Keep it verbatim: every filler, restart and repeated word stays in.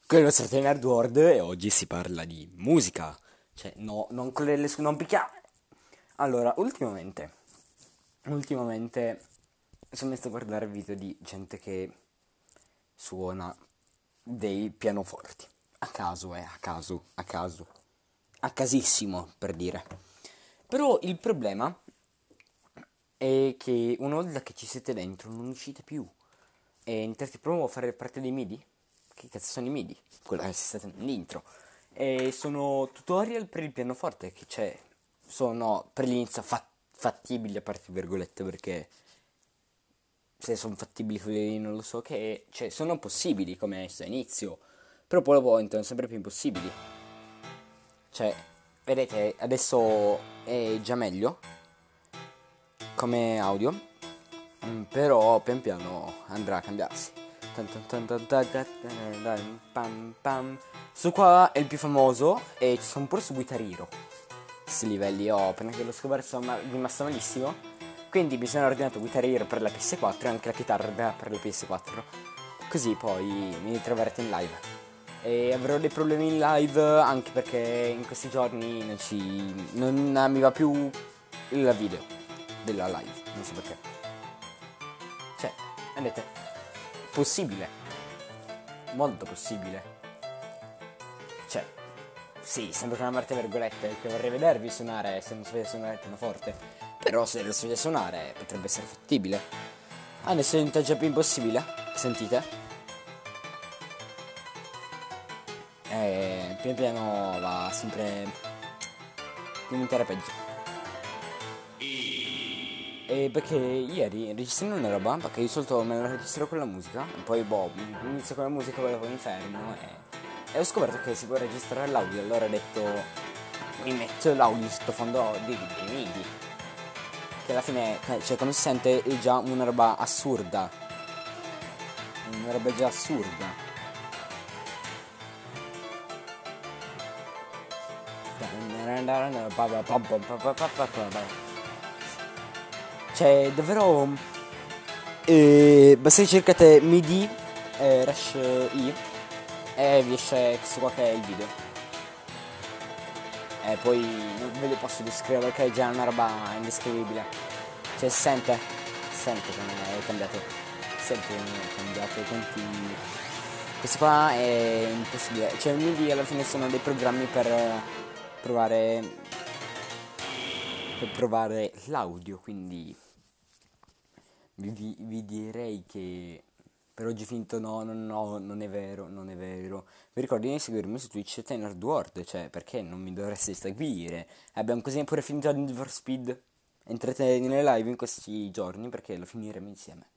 Quello è stato Nerd World e oggi si parla di musica. Cioè, no, non con le, non picchiare. Allora, ultimamente, ultimamente sono messo a guardare video di gente che suona dei pianoforti. A caso, eh, a caso, a caso. A casissimo, per dire. Però il problema è che una volta che ci siete dentro non uscite più. E iniziate proprio a fare parte dei MIDI. Che cazzo sono i MIDI? Quello che è stato nell'intro. E sono tutorial per il pianoforte che c'è. Sono per l'inizio fa- fattibili a parte virgolette, perché se sono fattibili quelli non lo so che, cioè sono possibili come a inizio, però poi dopo diventano sempre più impossibili. Cioè, vedete, adesso è già meglio come audio, mm, però pian piano andrà a cambiarsi. Tan tan tan tan tan tan tan tan pam pam. Su qua è il più famoso e ci sono pure su Guitar Hero. Questi livelli, oh, appena che l'ho scoperto sono rimasto malissimo. Quindi mi sono ordinato Guitar Hero per la P S quattro e anche la chitarra per la P S quattro. Così poi mi ritroverete in live. E avrò dei problemi in live anche perché in questi giorni non ci. non mi va più il video della live. Non so perché. Cioè, vedete, possibile, molto possibile. Cioè, sì, sempre con una marca virgolette, che vorrei vedervi suonare se non sapete suonare il pianoforte. Però se lo sapete suonare potrebbe essere fattibile. Adesso diventa già più impossibile. Sentite? E pian piano va sempre diventare peggio. E perché ieri registrando una roba, perché di solito me la registro con la musica, e poi boh, inizio con la musica, poi dopo mi fermo e, e ho scoperto che si può registrare l'audio, allora ho detto mi metto l'audio sottofondo dei, dei midi. Che alla fine, cioè come si sente è già una roba assurda. Una roba già assurda. Cioè, davvero. Eh, basta che cercate MIDI eh, Rush I e vi esce questo qua che è il video. E poi non ve lo posso descrivere perché è già una roba indescrivibile. Cioè, si sente, si sente che non è cambiato. Si sente che non è cambiato. Conti. Questo qua è impossibile. Cioè, il MIDI alla fine sono dei programmi per provare. Per provare l'audio, quindi. Vi, vi- vi direi che per oggi è finito. No, no, no, non è vero, non è vero. Vi ricordo di seguirmi su Twitch Tenor World, cioè perché non mi dovreste seguire? Abbiamo così pure finito Need for Speed. Entrate nelle live in questi giorni perché lo finiremo insieme.